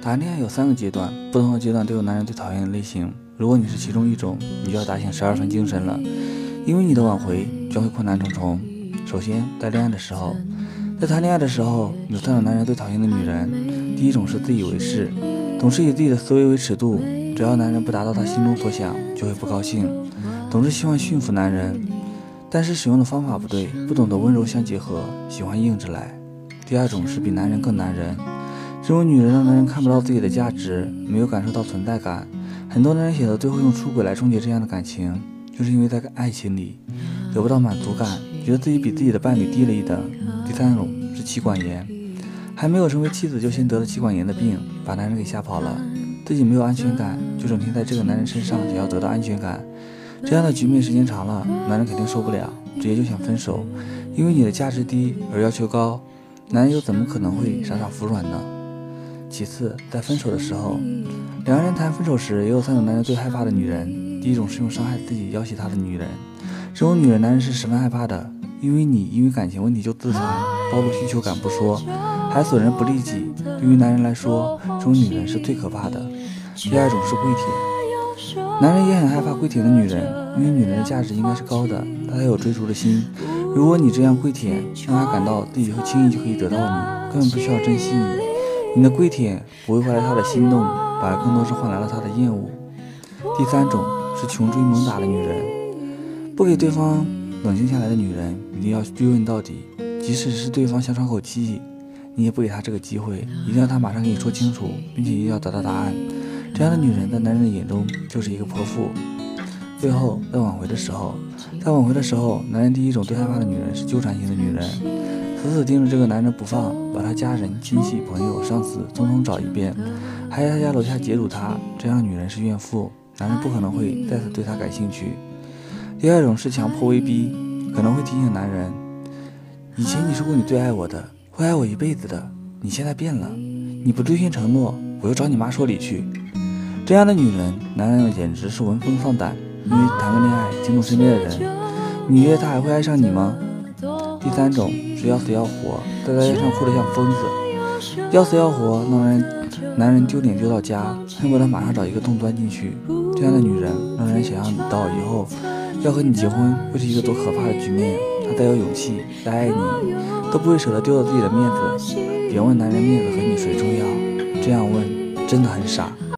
谈恋爱有3个阶段，不同的阶段都有男人最讨厌的类型。如果你是其中一种，你就要打醒12分精神了，因为你的挽回将会困难重重。首先，在谈恋爱的时候，有3种男人最讨厌的女人。第一种是自以为是，总是以自己的思维为尺度，只要男人不达到他心中所想，就会不高兴，总是希望驯服男人，但是使用的方法不对，不懂得温柔相结合，喜欢硬着来。第二种是比男人更男人，这种女人让男人看不到自己的价值，没有感受到存在感。很多男人选择最后用出轨来终结这样的感情，就是因为在爱情里得不到满足感，觉得自己比自己的伴侣低了一等。第三种是妻管严，还没有成为妻子就先得了妻管严的病，把男人给吓跑了，自己没有安全感，就整天在这个男人身上想要得到安全感。这样的局面时间长了，男人肯定受不了，直接就想分手。因为你的价值低而要求高，男人又怎么可能会傻傻服软呢？其次，在分手的时候，两个人谈分手时也有3种男人最害怕的女人。第一种是用伤害自己要挟他的女人，这种女人男人是十分害怕的，因为感情问题就自残，暴露需求感不说，还损人不利己。对于男人来说，这种女人是最可怕的。第二种是跪舔，男人也很害怕跪舔的女人，因为女人的价值应该是高的，她才有追逐的心。如果你这样跪舔，让她感到自己会轻易就可以得到你，根本不需要珍惜你的跪舔不会换来她的心动，反而更多是换来了她的厌恶。第三种是穷追猛打的女人，不给对方冷静下来的女人一定要追问到底，即使是对方想喘口气，你也不给她这个机会，一定要她马上给你说清楚，并且一定要得到答案。这样的女人在男人的眼中就是一个泼妇。最后，在挽回的时候，男人第一种最害怕的女人是纠缠型的女人，死死盯着这个男人不放，把他家人、亲戚、朋友、上司统统找一遍，还在他家楼下截堵他。这样的女人是怨妇，男人不可能会再次对她感兴趣。第二种是强迫威逼，可能会提醒男人，以前你说过你最爱我的，会爱我一辈子的，你现在变了，你不兑现承诺，我又找你妈说理去。这样的女人，男人简直是闻风丧胆，因为谈个恋爱惊动身边的人，你觉得他还会爱上你吗？第三种是要死要活，在大街上哭得像疯子，要死要活，男人丢脸丢到家，恨不得马上找一个洞钻进去。这样的女人让人想象到以后要和你结婚会是一个多可怕的局面。她再有勇气再爱你，都不会舍得丢了自己的面子。别问男人面子和你谁重要，这样问真的很傻。